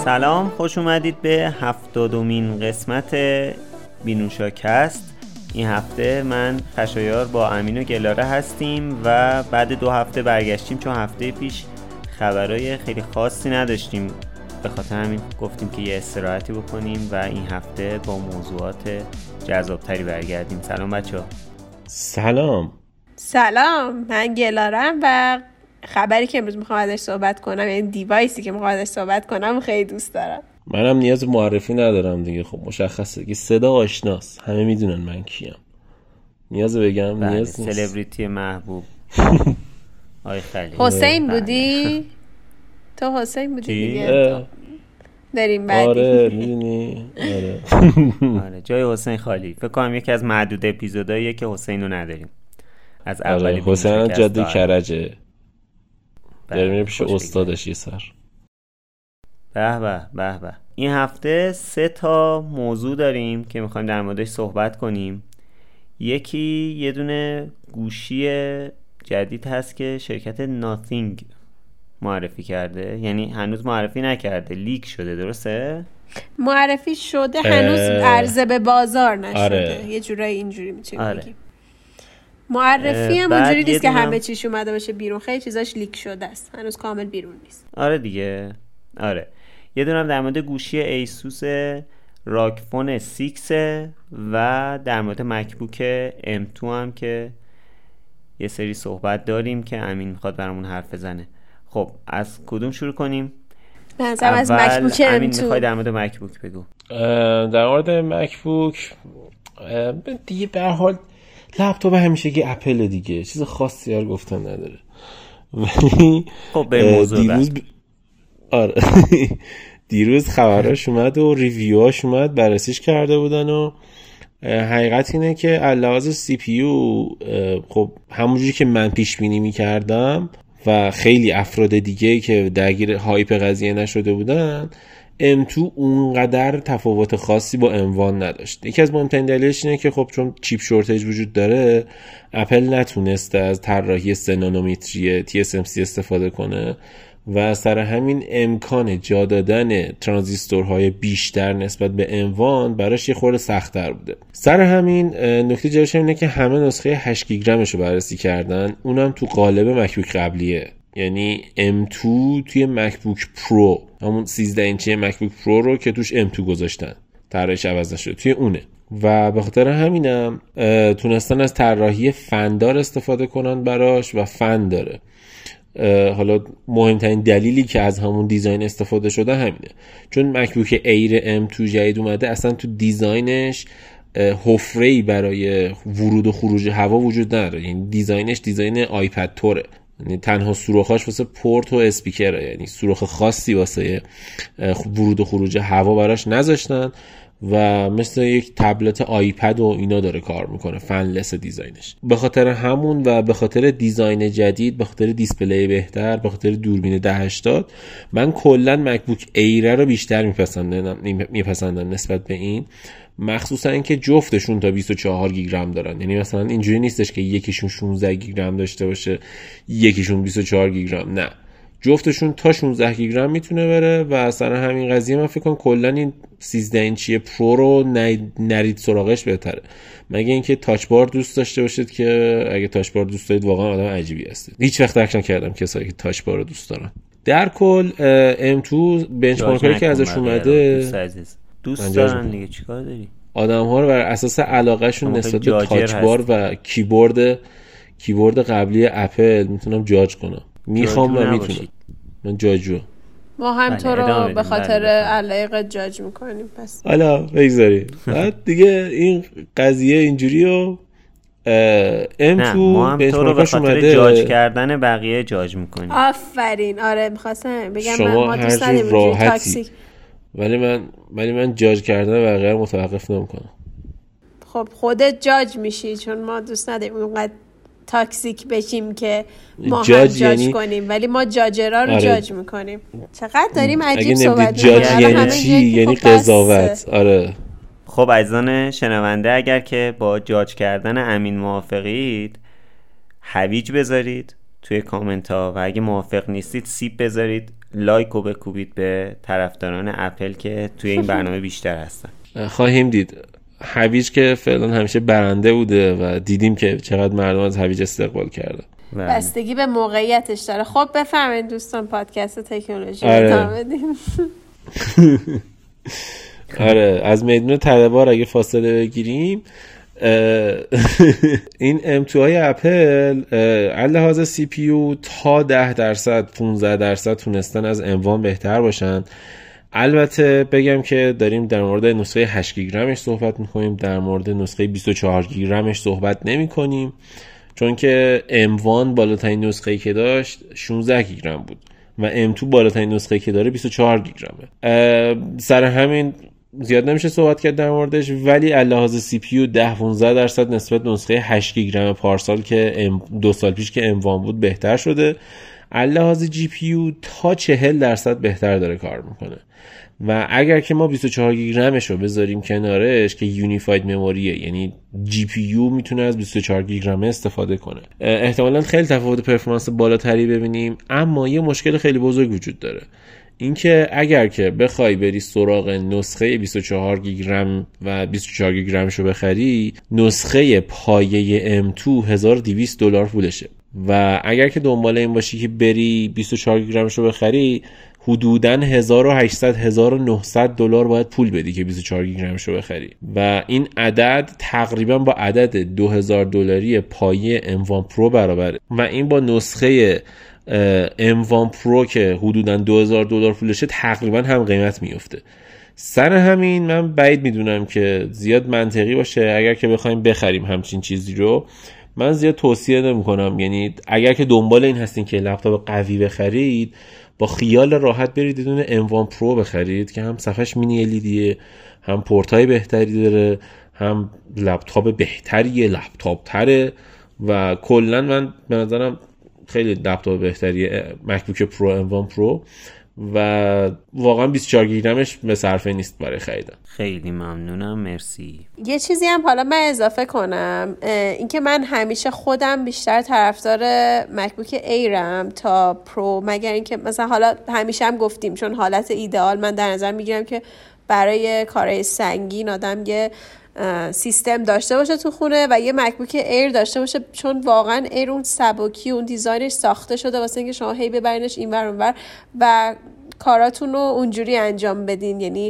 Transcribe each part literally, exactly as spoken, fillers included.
سلام، خوش اومدید به هفتادمین قسمت بینوشاکست. این هفته من خشایار با امین و گلاره هستیم و بعد دو هفته برگشتیم چون هفته پیش خبرای خیلی خاصی نداشتیم، به خاطر همین گفتیم که یه استراحتی بکنیم و این هفته با موضوعات جذابتری برگردیم. سلام بچه ها. سلام سلام، من گلارم و خبری که امروز میخوام ازش صحبت کنم، یعنی دیوایسی که میخوام ازش صحبت کنم خیلی دوست دارم. منم نیاز معرفی ندارم دیگه، خب مشخصه که صدا آشناست، همه میدونن من کیم، نیاز بگم نیاز نیست. سلبریتی محبوب آی خلیل حسین بودی؟ تو حسین بودی دیگه. داریم بعدی. آره میدونی. آره آره جای حسین خالی. فکر کنم یکی از معدود اپیزوداییه که حسین رو نداریم از اولی. آره حسین جاده کرجه داریم میره پیش استادش یه سر. به به به به. این هفته سه تا موضوع داریم که میخوایم در موردش صحبت کنیم. یکی یه دونه گوشی جدید هست که شرکت ناتینگ معرفی کرده، یعنی هنوز معرفی نکرده، لیک شده، درسته؟ معرفی شده هنوز عرضه به بازار نشده. آره. یه جورایی اینجوری میتونیم آره. بگیم. معرفی هم بعد اونجوری نیست که دونم... همه چیش اومده باشه بیرون، خیلی چیزاش لیک شده است، هنوز کامل بیرون نیست. آره دیگه. آره یه دونم در مورد گوشی ایسوس راکفون شش و در مورد مکبوک ام دو هم که یه سری صحبت داریم که امین میخواد برامون حرف بزنه. خب از کدوم شروع کنیم؟ منظرم از مکبوک ام دو. امین میخوای در مورد مکبوک بگو. در مورد مکبوک دیگه به هر حال لپتاپ همیشگی اپل دیگه، چیز خاصی ها گفتن نداره. ولی خب به موضوع دیروز ب... آره دیروز خبراش اومد و ریویوهاش اومد، بررسیش کرده بودن و حقیقت اینه که علاوه سی پی یو خب همونجوری که من پیش بینی می‌کردم و خیلی افراد دیگه که درگیر هایپ قضیه نشده بودن، ام دو اونقدر تفاوت خاصی با ام وان نداشت. یکی از مهمترین دلایلش اینه که خب چون چیپ شورتیج وجود داره، اپل نتونسته از طراحی سه نانومتری تی اس ام سی استفاده کنه و از سر همین امکان جا دادن ترانزیستورهای بیشتر نسبت به ام وان براش یه خورده سخت‌تر بوده. سر همین نکته جالبش اینه که همه نسخه هشت گیگرمش رو بررسی کردن، اونم تو قالب مکبوک قبلیه، یعنی ام دو توی مکبوک پرو، همون سیزده اینچی مکبوک پرو رو که توش ام دو گذاشتن، طراحیش عوض نشده، توی اونه. و به خاطر همینم تونستن از طراحی فندار استفاده کنن براش و فن داره. حالا مهمترین دلیلی که از همون دیزاین استفاده شده همینه، چون مکبوک ایر ام دو جدید اومده، اصلا تو دیزاینش حفره‌ای برای ورود و خروج هوا وجود نداره، یعنی دیزاینش دیزاین آیپد توره، یعنی تنها سوراخ‌هاش واسه پورت و اسپیکره، یعنی سوراخ خاصی واسه ورود و خروج هوا براش نذاشتن و مثل یک تبلت آیپد و اینا داره کار میکنه، فنلس دیزاینش. به خاطر همون و به خاطر دیزاین جدید، به خاطر دیسپلی بهتر، به خاطر دوربین ده هشتاد، من کلا مکبوک ایر رو بیشتر میپسندم میپسندم نسبت به این، مخصوصا اینکه جفتشون تا بیست و چهار گیگ رم دارن. یعنی مثلا اینجوری نیستش که یکیشون شانزده گیگ رم داشته باشه یکیشون بیست و چهار گیگ رم، نه، جفتشون تا شانزده گیگ رم میتونه بره و اصلا همین قضیه من فکر کنم کلا این سیزده اینچی پرو رو نرید سراغش بهتره، مگه اینکه تاچ بار دوست داشته باشید که اگه تاچ بار دوست دارید واقعا آدم عجیبی هستید. هیچ وقت درک نکردم کسایی که تاچ بار رو دوست دارن. در کل ام دو بنچمارکی که ازش اومده دوست دارن دیگه، چیکار داری؟ آدم‌ها رو بر اساس علاقهشون نسبت به تاچ بار و کیبورد کیبورد قبلی اپل میتونم جاج کنم، میخوام و میتونم. من جاجو. ما هم تو رو به خاطر علایق جاج میکنیم. پس حالا بگذاریم بعد دیگه این قضیه اینجوری و ام دو ما هم تو رو به خاطر جاج کردن بقیه جاج میکنیم. آفرین. آره میخواستم بگم من ما دوست نداریم تاکسیک، ولی من ولی من جاج کردن بقیه رو متوقف نمیکنم. خب خودت جاج میشی، چون ما دوست نداریم اونقدر تاکسیک بشیم که ما جاج هم جاج یعنی... کنیم، ولی ما جاجرها رو آره. جاج میکنیم. چقدر داریم عجیب صحبت میکنیم. جاج یعنی چی؟ یعنی قضاوت. آره. خب عزیزان شنونده، اگر که با جاج کردن امین موافقید هویج بذارید توی کامنت ها و اگه موافق نیستید سیب بذارید لایک رو بکوبید به طرفداران اپل که توی این برنامه بیشتر هستن. خواهیم دید. هویج که فعلا همیشه برنده بوده و دیدیم که چقدر مردم از هویج استقبال کرده. بستگی به موقعیتش داره. خب بفرمایید دوستان پادکست تکنولوژی آره. ادامه بدیم. آره از میدون تله‌بار اگه فاصله بگیریم این ام تو های اپل از لحاظ سی پی یو تا ده درصد پانزده درصد تونستن از ام وان بهتر باشن. البته بگم که داریم در مورد نسخه هشت گیگ رمش صحبت میکنیم، در مورد نسخه بیست و چهار گیگ رمش صحبت نمی کنیم، چون که ام وان بالاترین نسخه‌ای که داشت شانزده گیگ رم بود و ام تو بالاترین نسخه‌ای که داره بیست و چهار گیگ رمه. سر همین زیاد نمیشه صحبت کرد در موردش، ولی لحاظ سی پی یو ده پانزده درصد نسبت نسخه هشت گیگ رم پارسال که دو سال پیش که ام وان بود بهتر شده. لحاظ جی پی یو تا چهل درصد بهتر داره کار میکنه و اگر که ما بیست و چهار گیگ رمش رو بذاریم کنارش که یونیفاید مموریه، یعنی جی پی یو میتونه از بیست و چهار گیگ رم استفاده کنه، احتمالاً خیلی تفاوت پرفورمنس بالاتری ببینیم. اما یه مشکل خیلی بزرگ وجود داره، اینکه اگر که بخوای بری سراغ نسخه بیست و چهار گیگ رم و بیست و چهار گیگ رمشو بخری، نسخه پایه ام تو هزار و دویست دلار پولشه و اگر که دنبال این باشی که بری بیست و چهار گیگ رمشو بخری حدوداً هزار و هشتصد هزار و نهصد دلار باید پول بدی که بیست و چهار گیگ رمشو بخری و این عدد تقریبا با عدد دو هزار دلاری پایه ام وان پرو برابره و این با نسخه ام وان پرو که حدوداً دو هزار دلار پولشه تقریبا هم قیمت میفته. سر همین من بعید میدونم که زیاد منطقی باشه اگر که بخوایم بخریم همچین چیزی رو. من زیاد توصیه نمی کنم، یعنی اگر که دنبال این هستین که لپتاپ قوی بخرید با خیال راحت برید بدون ام وان پرو بخرید که هم صفحش مینی الیدیه، هم پورتای بهتری داره، هم لپتاپ بهتریه، لپتاپ تره و کلا من به نظرم خیلی لپتاپ بهتریه مکبوک پرو ام وان پرو و واقعا بیست و چهار گیگ رمش به صرفه نیست برای خریدن. خیلی ممنونم، مرسی. یه چیزی هم حالا من اضافه کنم، اینکه من همیشه خودم بیشتر طرفدار مکبوک ایرم تا پرو، مگر اینکه مثلا حالا همیشه هم گفتیم چون حالت ایدئال من در نظر میگیرم که برای کارهای سنگین آدم یه سیستم داشته باشه تو خونه و یه مکبوک ایر داشته باشه، چون واقعا ایر اون سبکی اون دیزاینش ساخته شده واسه اینکه شما هی ببرینش اینور اونور و کاراتون رو اونجوری انجام بدین. یعنی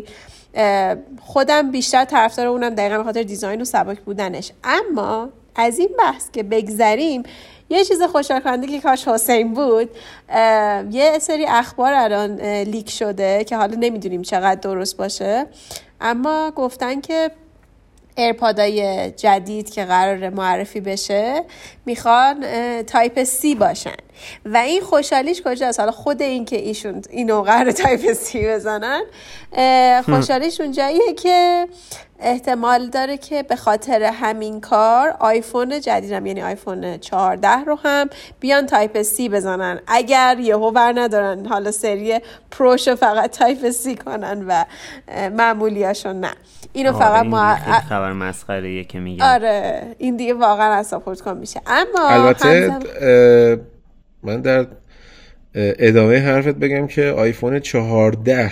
خودم بیشتر طرفدار اونم دقیقا به خاطر دیزاین و سبک بودنش. اما از این بحث که بگذریم، یه چیز خوشحال کننده که کاش حسین بود، یه سری اخبار الان لیک شده که حالا نمیدونیم چقدر درست باشه، اما گفتن که ایرپادای جدید که قراره معرفی بشه میخوان تایپ سی باشن و این خوشحالیش کجاست؟ حالا خود این که ایشون اینو قراره تایپ سی بزنن، خوشحالیش اون جاییه که احتمال داره که به خاطر همین کار آیفون جدیدم یعنی آیفون چهارده رو هم بیان تایپ سی بزنن، اگر یهو ور ندارن حالا سری پروشو فقط تایپ سی کنن و معمولیاشو نه. اینو فقط ما خبر مسخره که میگن. آره این دیگه واقعا ساپورت کن میشه. اما البته من در ادامه حرفت بگم که آیفون چهارده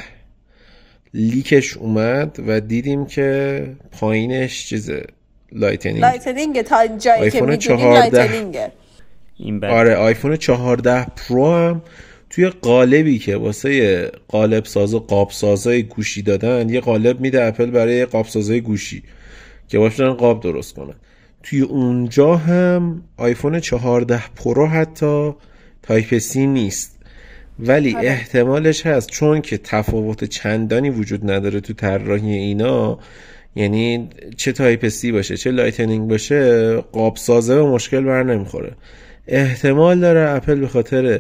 لیکش اومد و دیدیم که پایینش چیزه لایتنینگ لایتنینگ تا جایی که میدونیم لایتنینگه. آره آیفون چهارده پرو هم توی قالبی که واسه قالب ساز و قاب سازای گوشی دادن، یه قالب میده اپل برای قاب سازای گوشی که باشن قاب درست کنن، توی اونجا هم آیفون چهارده پرو حتی تایپ سی نیست، ولی آره. احتمالش هست چون که تفاوت چندانی وجود نداره تو طراحی اینا، یعنی چه تایپ سی باشه چه لایتنینگ باشه قاب سازه به مشکل بر نمیخوره. احتمال داره اپل به خاطر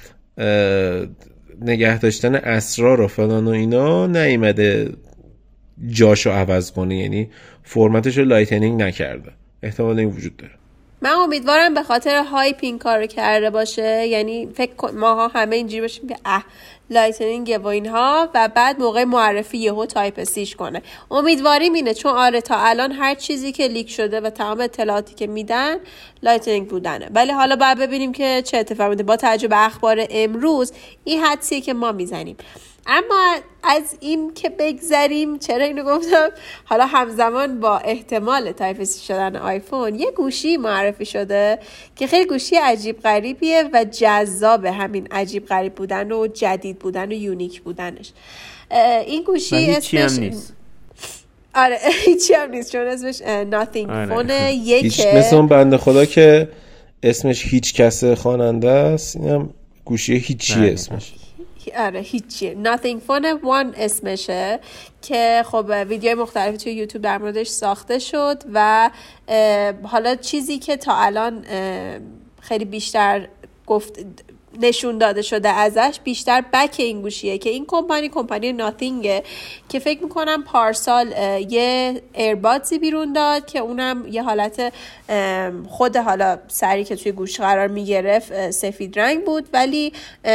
نگه داشتن اسرار و فلان و اینا نیامده جاشو عوض کنه، یعنی فرمتشو لایتنینگ نکرده، احتمال این وجود داره. من امیدوارم به خاطر هایپ این کارو کرده باشه، یعنی فکر ماها همه اینجوری باشیم که اه لایتنینگ و اینها و بعد موقع معرفی یهو تایپ سیش کنه. امیدواریم اینه، چون آره تا الان هر چیزی که لیک شده و تمام اطلاعاتی که میدن لایتنینگ بودنه، ولی حالا باید ببینیم که چه اتفاقی میفته. با توجه به اخبار امروز این حدسیه که ما میزنیم. اما از این که بگذریم، چرا اینو گفتم، حالا همزمان با احتمال تایپ سی شدن آیفون یه گوشی معرفی شده که خیلی گوشی عجیب غریبیه و جذابه، همین عجیب غریب بودن و جدید بودن و یونیک بودنش. این گوشی اسمش نیست. آره هیچی هم نیست، چون اسمش nothing phone یکه، مثل اون بنده خدا که اسمش هیچ کس خواننده است، اینم گوشی هیچیه اسمش. آره هیچیه. nothing phone one اسمشه که خب ویدیوهای مختلفی توی یوتیوب در موردش ساخته شد و حالا چیزی که تا الان خیلی بیشتر گفت نشون داده شده ازش بیشتر بک این گوشیه که این کمپانی کمپانی ناتینگه که فکر میکنم پارسال یه ایربادزی بیرون داد که اونم یه حالت خود حالا سری که توی گوش قرار میگرفت سفید رنگ بود، ولی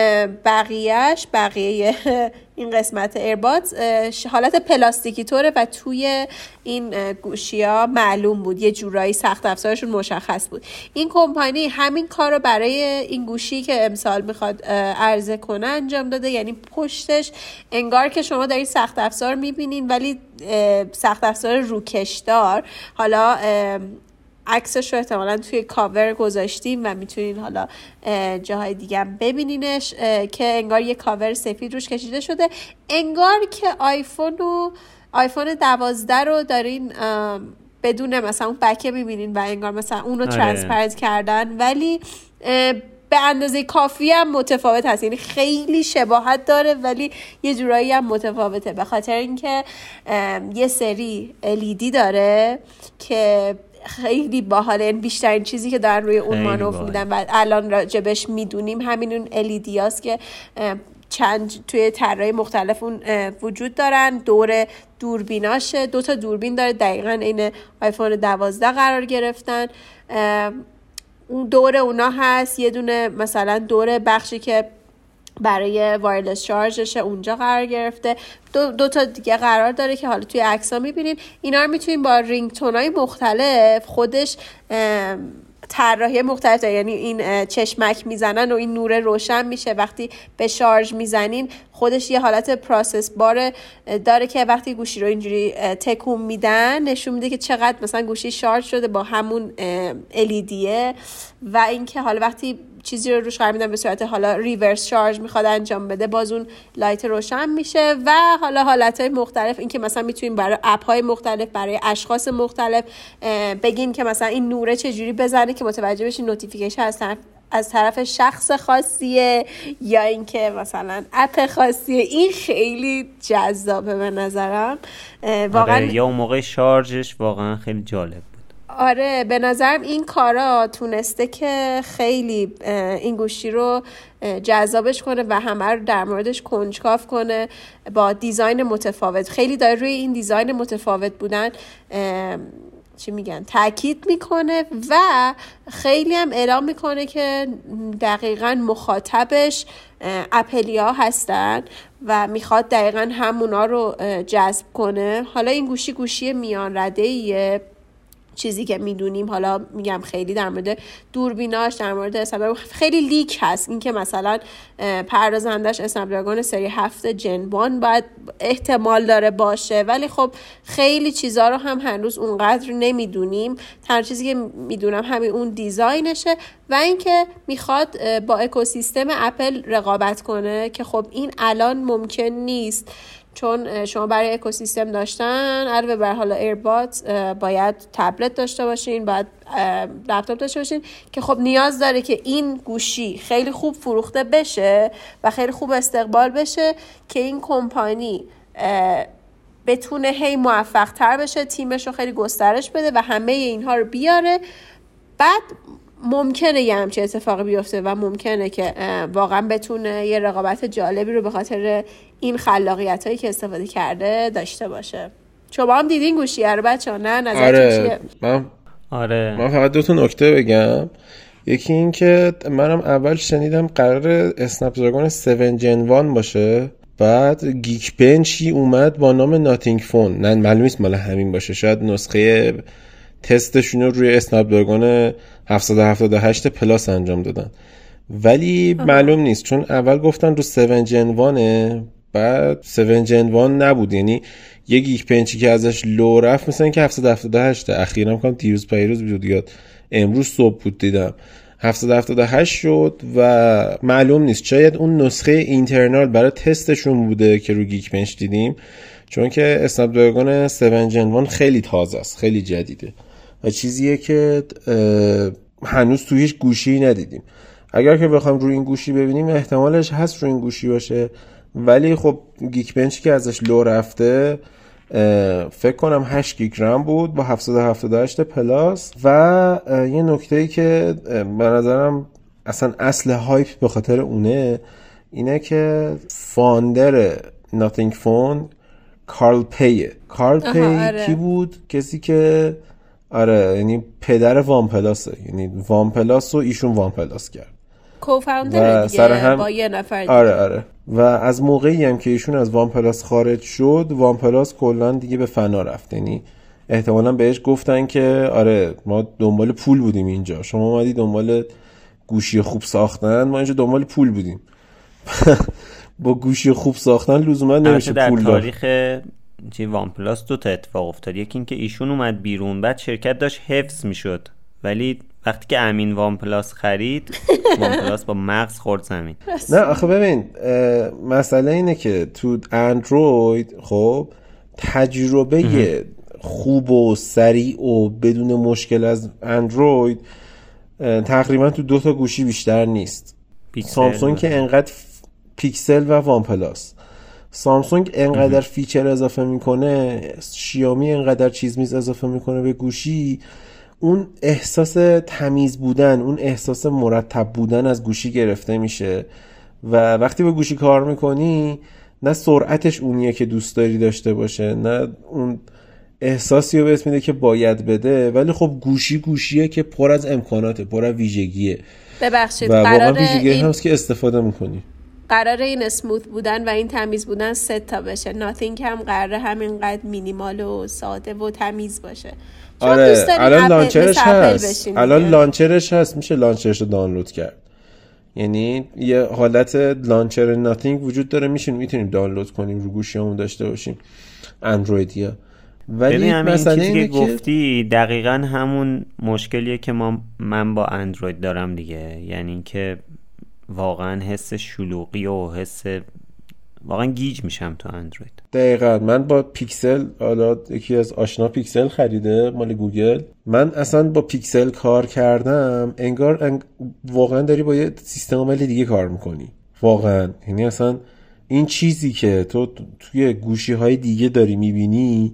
بقیهش بقیه این قسمت ایربادز حالت پلاستیکی طوره و توی این گوشی ها معلوم بود، یه جورایی سخت افزارشون مشخص بود. این کمپانی همین کار رو برای این گوشی که امسال میخواد عرضه کنه انجام داده، یعنی پشتش انگار که شما دارید سخت افزار میبینین ولی سخت افزار روکشدار. حالا عکسش رو احتمالاً توی کاور گذاشتیم و میتونین حالا جاهای دیگه هم ببینینش که انگار یه کاور سفید روش کشیده شده، انگار که آیفون و آیفون دوازده رو دارین بدون مثلا اون بکه میبینین و انگار مثلا اون رو ترانسپرنت کردن، ولی به اندازه کافی هم متفاوت هست، یعنی خیلی شباهت داره ولی یه جورایی هم متفاوته، به خاطر اینکه یه سری ال ای دی داره که خیلی باحاله. بیشترین چیزی که دارن روی اون مانور میدن و الان راجبش میدونیم همین اون ال ای دی هاست که چند توی طرحهای مختلف اون وجود دارن. دور دوربیناشه، دو تا دوربین داره دقیقاً این آیفون دوازده قرار گرفتن. اون دور اونا هست، یه دونه مثلا دور بخشی که برای وایرلس شارژشه اونجا قرار گرفته، دو, دو تا دیگه قرار داره که حالا توی عکس‌ها می‌بینین. اینا رو می‌تونین با رینگتون‌های مختلف خودش طراحی مختلف داره، یعنی این چشمک میزنن و این نور روشن میشه، وقتی به شارژ میزنین خودش یه حالت پروسس بار داره که وقتی گوشی رو اینجوری تکون میدن نشون میده که چقدر مثلا گوشی شارژ شده با همون ال ای دی و اینکه حالا وقتی چیزی رو روش قرار میدن به صورت حالا ریورس شارژ میخواد انجام بده باز اون لایت روشن میشه و حالا حالتهای مختلف، اینکه مثلا میتونیم برای اپ های مختلف برای اشخاص مختلف بگین که مثلا این نوره چجوری بزنه که متوجه بشین نوتیفیکیشن از طرف از طرف شخص خاصیه یا اینکه مثلا اپ خاصیه. این خیلی جذابه به نظرم واقعا. آره، یا اون موقع شارژش واقعا خیلی جالب بود. آره به نظرم این کارا تونسته که خیلی این گوشی رو جذابش کنه و همه رو در موردش کنجکاو کنه با دیزاین متفاوت. خیلی داره روی این دیزاین متفاوت بودن چی میگن تاکید میکنه و خیلی هم اعلام میکنه که دقیقاً مخاطبش اپلیا هستن و میخواد دقیقاً همونا رو جذب کنه. حالا این گوشی گوشی میان رده‌ایه، چیزی که میدونیم، حالا میگم خیلی در مورد دوربیناش در مورد اسنپ خیلی لیک هست، این که مثلا پردازندش اسنپ دراگون سری هفت جن وان باید احتمال داره باشه، ولی خب خیلی چیزا رو هم هنوز اونقدر نمیدونیم. تنها چیزی که میدونم همین اون دیزاینشه و اینکه میخواد با اکوسیستم اپل رقابت کنه که خب این الان ممکن نیست، چون شما برای اکوسیستم داشتن علاوه بر حالا ایربادز باید تبلت داشته باشین، باید لپتاپ داشته باشین که خب نیاز داره که این گوشی خیلی خوب فروخته بشه و خیلی خوب استقبال بشه که این کمپانی بتونه هی موفق تر بشه، تیمش رو خیلی گسترش بده و همه اینها رو بیاره. بعد ممکنه یه همچین اتفاقی بیفته و ممکنه که واقعا بتونه یه رقابت جالبی رو به خاطر این خلاقیت هایی که استفاده کرده داشته باشه. شما هم دیدین گوشیه رو بچه ها؟ نه نظرتون آره. چیه؟ من آره من فقط دو تا نکته بگم. یکی این که منم اول شنیدم قرار اسنپ دراگون هفت جن وان باشه، بعد گیک بنچی اومد با نام ناتینگ فون. نه معلوم نیست مال همین باشه، شاید نسخه تستشون رو روی اسنپ دراگون هفتصد و هفتاد و هشت پلاس انجام دادن، ولی آه. معلوم نیست چون اول گفتن رو هفت جن وانه، بعد هفت جن وان نبود، یعنی یه گیک بنچی که ازش لو رفت مثلا که هفتصد و هفتاد و هشت اخیراً میگم دیروز پیروز بود یاد امروز صبح بود دیدم هفتصد و هفتاد و هشت شد و معلوم نیست شاید اون نسخه اینترنال برای تستشون بوده که رو گیک بنچ دیدیم، چون که اسنپ دراگون هفت جن وان خیلی تازه است، خیلی جدیده و چیزیه که هنوز توی هیچ گوشی ندیدیم. اگر که بخوام روی این گوشی ببینیم احتمالش هست روی این گوشی باشه، ولی خب گیک بنچی که ازش لو رفته فکر کنم هشت گیگ رم بود با هفتصد و هفتاد و هشت پلاس و یه نکته‌ای که به نظرم اصلا اصل هایپ به خاطر اونه اینه که فاندر ناتینگ فون کارل پیه. کارل پی آره. کی بود؟ کسی که آره یعنی پدر وان پلاسه، یعنی وان پلاس رو ایشون وان پلاس کرد، کوفاندر دیگه هم... با یه نفر دیگه. آره آره و از موقعی هم که ایشون از وان پلاس خارج شد وان پلاس کلا دیگه به فنا رفت، یعنی احتمالاً بهش گفتن که آره ما دنبال پول بودیم اینجا، شما اومدی دنبال گوشی خوب ساختن، ما اینجا دنبال پول بودیم. با گوشی خوب ساختن لزوما نمیشه پول داد. در تاریخ چی وان پلاس دو تا اتفاق افتاد، یکی این که ایشون اومد بیرون بعد شرکت داشت حفظ میشد، ولی وقتی که امین وان پلاس خرید وان پلاس با مغز خورد زمین. نه آخه ببین مسئله اینه که تو اندروید خب تجربه خوب و سریع و بدون مشکل از اندروید تقریبا تو دو تا گوشی بیشتر نیست. سامسونگ که انقدر پیکسل و وان پلاس، سامسونگ انقدر فیچر اضافه میکنه، شیائومی انقدر چیز میز اضافه میکنه به گوشی، اون احساس تمیز بودن، اون احساس مرتب بودن از گوشی گرفته میشه و وقتی با گوشی کار میکنی نه سرعتش اونیه که دوست داری داشته باشه، نه اون احساسی رو بهت میده که باید بده، ولی خب گوشی گوشیه که پر از امکاناته، پر از ویژگیه. ببخشید و واقعا ویژگی این... هست که استفاده میکنی. قراره این اسموث بودن و این تمیز بودن سه تا بشه، ناتینگ هم قراره همینقدر مینیمال و ساده و تمیز باشه. آره الان لانچرش هست، الان لانچرش هست، میشه لانچرش رو دانلود کرد، یعنی یه حالت لانچر ناتینگ وجود داره، میشه میتونیم دانلود کنیم رو گوشیامون داشته باشیم اندرویدیا. ولی مثلا چیزی که گفتی دقیقاً همون مشکلیه که ما من با اندروید دارم دیگه، یعنی که واقعا حس شلوغی و حس واقعا گیج میشم تو اندروید. دقیقاً من با پیکسل، حالا یکی از آشنا پیکسل خریده مال گوگل، من اصلا با پیکسل کار کردم انگار انگ... واقعا داری با یه سیستم عامل دیگه کار میکنی واقعا، یعنی اصلا این چیزی که تو توی گوشی های دیگه داری میبینی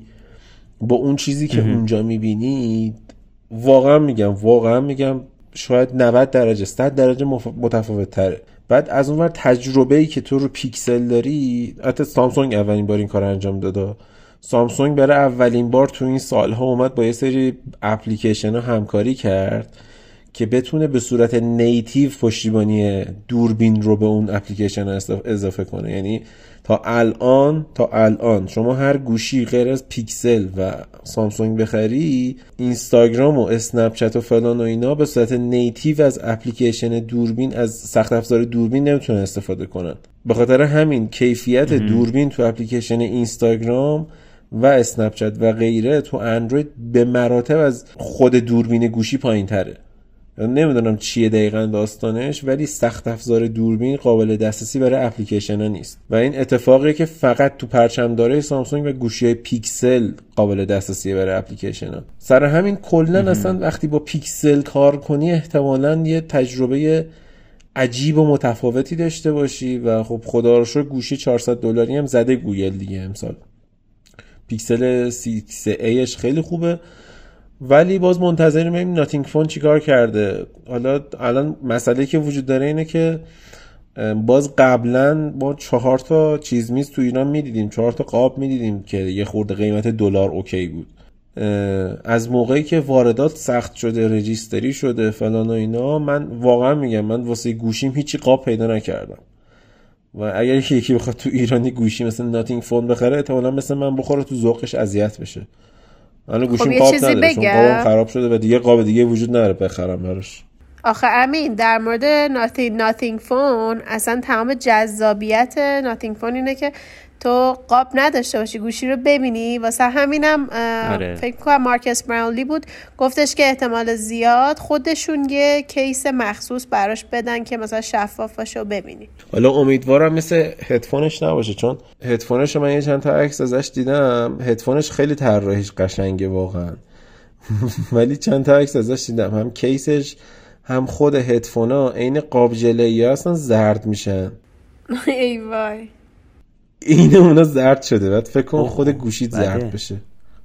با اون چیزی که اونجا میبینی واقعا میگم واقعا میگم شاید نود درجه صد درجه مف... متفاوت تره. بعد از اون ور تجربه‌ای که تو رو پیکسل داری، حتی سامسونگ اولین بار این کار انجام داده، سامسونگ برای اولین بار تو این سالها اومد با یه سری اپلیکیشن ها همکاری کرد که بتونه به صورت نیتیو پشتیبانی دوربین رو به اون اپلیکیشن اضافه کنه. یعنی تا الان تا الان شما هر گوشی غیر از پیکسل و سامسونگ بخری، اینستاگرام و اسنپ چت و فلان و اینا به صورت نیتیو از اپلیکیشن دوربین، از سخت افزار دوربین نمیتونن استفاده کنن. به خاطر همین کیفیت دوربین تو اپلیکیشن اینستاگرام و اسنپ چت و غیره تو اندروید به مراتب از خود دوربین گوشی پایین تره. نمیدونم چیه دقیقاً داستانش، ولی سخت افزار دوربین قابل دسترسی برای اپلیکیشن ها نیست و این اتفاقی که فقط تو پرچمدارای سامسونگ و گوشی پیکسل قابل دسترسی برای اپلیکیشن ها. سر همین کلاً اصلا وقتی با پیکسل کار کنی احتمالاً یه تجربه عجیب و متفاوتی داشته باشی و خب خدا رو شکر گوشی چهارصد دلاری هم زده گوگل دیگه امسال. پیکسل سیکس ایش خیلی خوبه، ولی باز منتظریم ببینیم ناتینگ فون چیکار کرده. حالا الان مسئله که وجود داره اینه که باز قبلا ما چهار تا چیز میز تو ایران میدیدیم، چهار تا قاب میدیدیم که یه خورده قیمت دلار اوکی بود. از موقعی که واردات سخت شده، رجیستری شده فلان و اینا، من واقعا میگم من واسه گوشیم هیچی قاب پیدا نکردم و اگر یکی بخواد تو ایرانی گوشی مثلا ناتینگ فون بخره احتمالاً مثل من بخوره تو ذوقش اذیت بشه. الان گوشیم قاب نداره چون قابم خراب شده و دیگه قاب دیگه وجود نداره بخرم براش. آخه امین در مورد ناتینگ ناتینگ فون اصلا تمام جذابیت ناتینگ فون اینه که تو قاب نداشته باشی، گوشی رو ببینی. واسه همینم آره. فکر کنم مارکس براونلی بود گفتش که احتمال زیاد خودشون یه کیس مخصوص براش بدن که مثلا شفاف باشه و ببینی. حالا امیدوارم مثل هدفونش نباشه، چون هدفونش من یه چند تا عکس ازش دیدم، هدفونش خیلی طراحیش قشنگه واقعا ولی چند تا عکس ازش دیدم، هم کیسش هم خود هدفونا عین قاب ژله‌ای اصلا زرد میشن. ای وای این اونا زرد شده، بعد فکر کن خود گوشیت زرد بشه.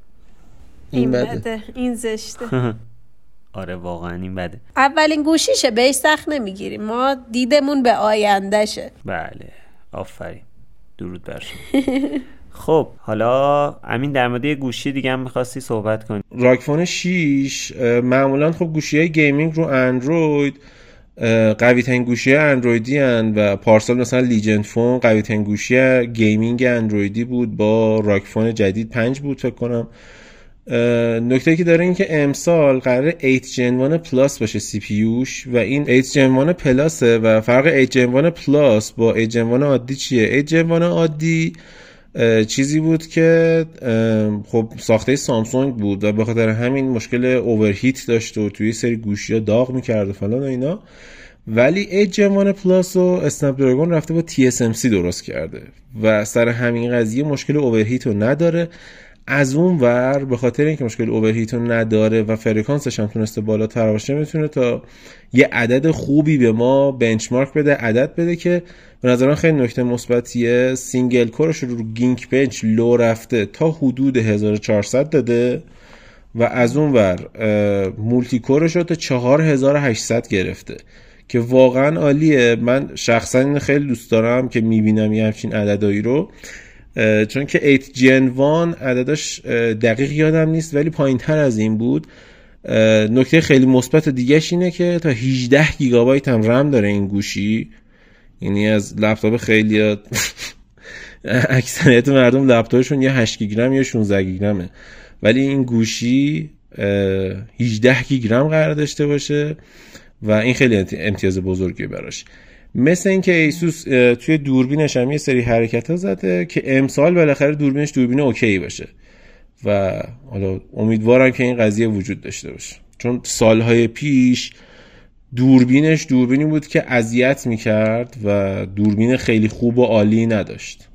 این بده, بده. این زشته. آره واقعا این بده. اولین گوشیشه بهش سخت نمیگیریم، ما دیدمون به آیندهشه. بله آفرین، درود بر شما. خب حالا امین در مورد گوشی دیگه هم می‌خواستی صحبت کنی. راکفون شش معمولا خب گوشی‌های گیمینگ رو اندروید قوی ترین گوشی اندرویدی هن و پارسال مثلا لیجند فون قوی ترین گوشی گیمینگ اندرویدی بود با راکفون جدید پنج بود فکر کنم. نکته که داره این که امسال قراره هشت جن یک پلاس باشه سی پی یوش و این هشت جن یک پلاسه و فرق هشت جن یک پلاس با هشت جن یک عادی چیه؟ هشت جن یک عادی چیزی بود که خب ساخته سامسونگ بود و به خاطر همین مشکل اوورهیت داشت و توی سری گوشی‌ها داغ می‌کرد و فلان و اینا، ولی هشت جن یک پلاس و اسنپ دراگون رفته با تی اس ام سی درست کرده و سر همین قضیه مشکل اوورهیت رو نداره. از اون ور به خاطر اینکه مشکل اوورهیت رو نداره و فرکانسش هم تونسته بالاتر باشه میتونه تا یه عدد خوبی به ما بنچمارک بده، عدد بده که به نظر من خیلی نکته مثبتیه. سینگل کورش رو رو گینک بنچ لو رفته تا حدود هزار و چهارصد داده و از اون ور مولتی کورش رو تا چهار هزار و هشتصد گرفته که واقعا عالیه. من شخصا این خیلی دوست دارم که میبینم یه همچین عددایی رو، چون که هشت جن یک عددش دقیق یادم نیست ولی پایین تر از این بود. نکته خیلی مثبت دیگهش اینه که تا هجده گیگابایت هم رم داره این گوشی، یعنی از لپتاپ خیلی اکثریت مردم لپتاپشون یا هشت گیگ رم یا شانزده گیگ رمه، ولی این گوشی هجده گیگ رم قرار داشته باشه و این خیلی امتیاز بزرگیه براش. مثل این که ایسوس توی دوربینش هم یه سری حرکت ها زده که امسال بالاخره دوربینش دوربین اوکی باشه و حالا امیدوارم که این قضیه وجود داشته باشه، چون سالهای پیش دوربینش دوربینی بود که اذیت میکرد و دوربین خیلی خوب و عالی نداشت.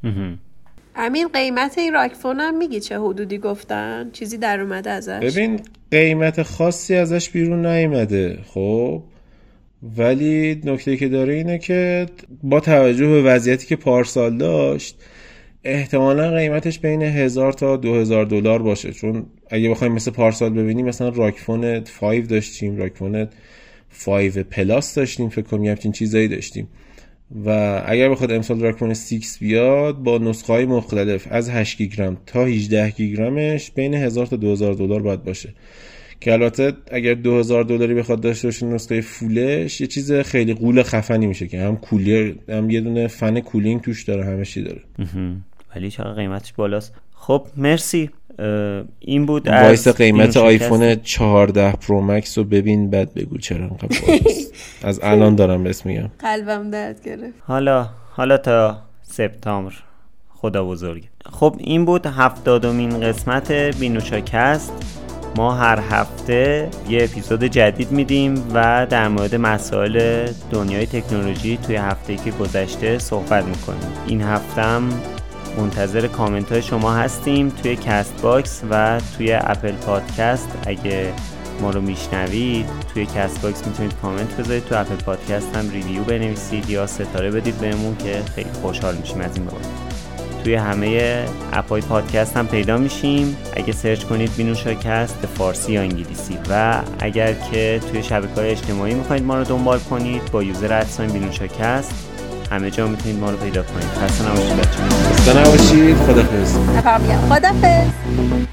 امین قیمت این راکفون هم میگی چه حدودی گفتن؟ چیزی در اومده ازش؟ ببین قیمت خاصی ازش بیرون نیومده خب، ولی نکته که داره اینه که با توجه به وضعیتی که پارسال داشت احتمالا قیمتش بین هزار تا دو هزار دلار باشه، چون اگه بخوایم مثل پارسال ببینیم مثلا راکفون پنج داشتیم، راکفون پنج پلاس داشتیم، فکر کنم همچین چیزایی داشتیم و اگر بخواد امسال راکفون شش بیاد با نسخه‌های مختلف از هشت گیگ رم تا هجده گیگ رمش بین هزار تا دو هزار دلار باید باشه که البته اگر دو هزار دلاری بخواد داشته باشه نسخه فولش یه چیز خیلی قول خفنی میشه که هم کولر هم یه دونه فن کولینگ توش داره، همه چی داره، ولی چقدر قیمتش بالاست. خب مرسی. این بود وایس قیمت آیفون چهارده پرو مکس رو ببین بعد بگو چرا انقدر بالاست. از الان دارم بس میگم قلبم درد گرفت. حالا حالا تا سپتامبر خدا بزرگه. خب این بود هفتادمین قسمت بینوشاکست. ما هر هفته یه اپیزود جدید میدیم و در مورد مسائل دنیای تکنولوژی توی هفته‌ای که گذشته صحبت میکنیم. این هفتم منتظر کامنت های شما هستیم توی کست باکس و توی اپل پادکست. اگه ما رو میشنوید توی کست باکس میتونید کامنت بذارید، توی اپل پادکست هم ریویو بنویسید یا ستاره بدید بهمون که خیلی خوشحال میشیم از این بابت. توی همه اپای پادکست هم پیدا میشیم اگه سرچ کنید بینوشاکست به فارسی یا انگلیسی، و اگر که توی شبکه‌های اجتماعی میخواید ما رو دنبال کنید با یوزر ادساین بینوشاکست همه جا میتونید ما رو پیدا کنید. خسته نباشید بچه‌ها. خسته نباشید. خدافظ. خدافظ.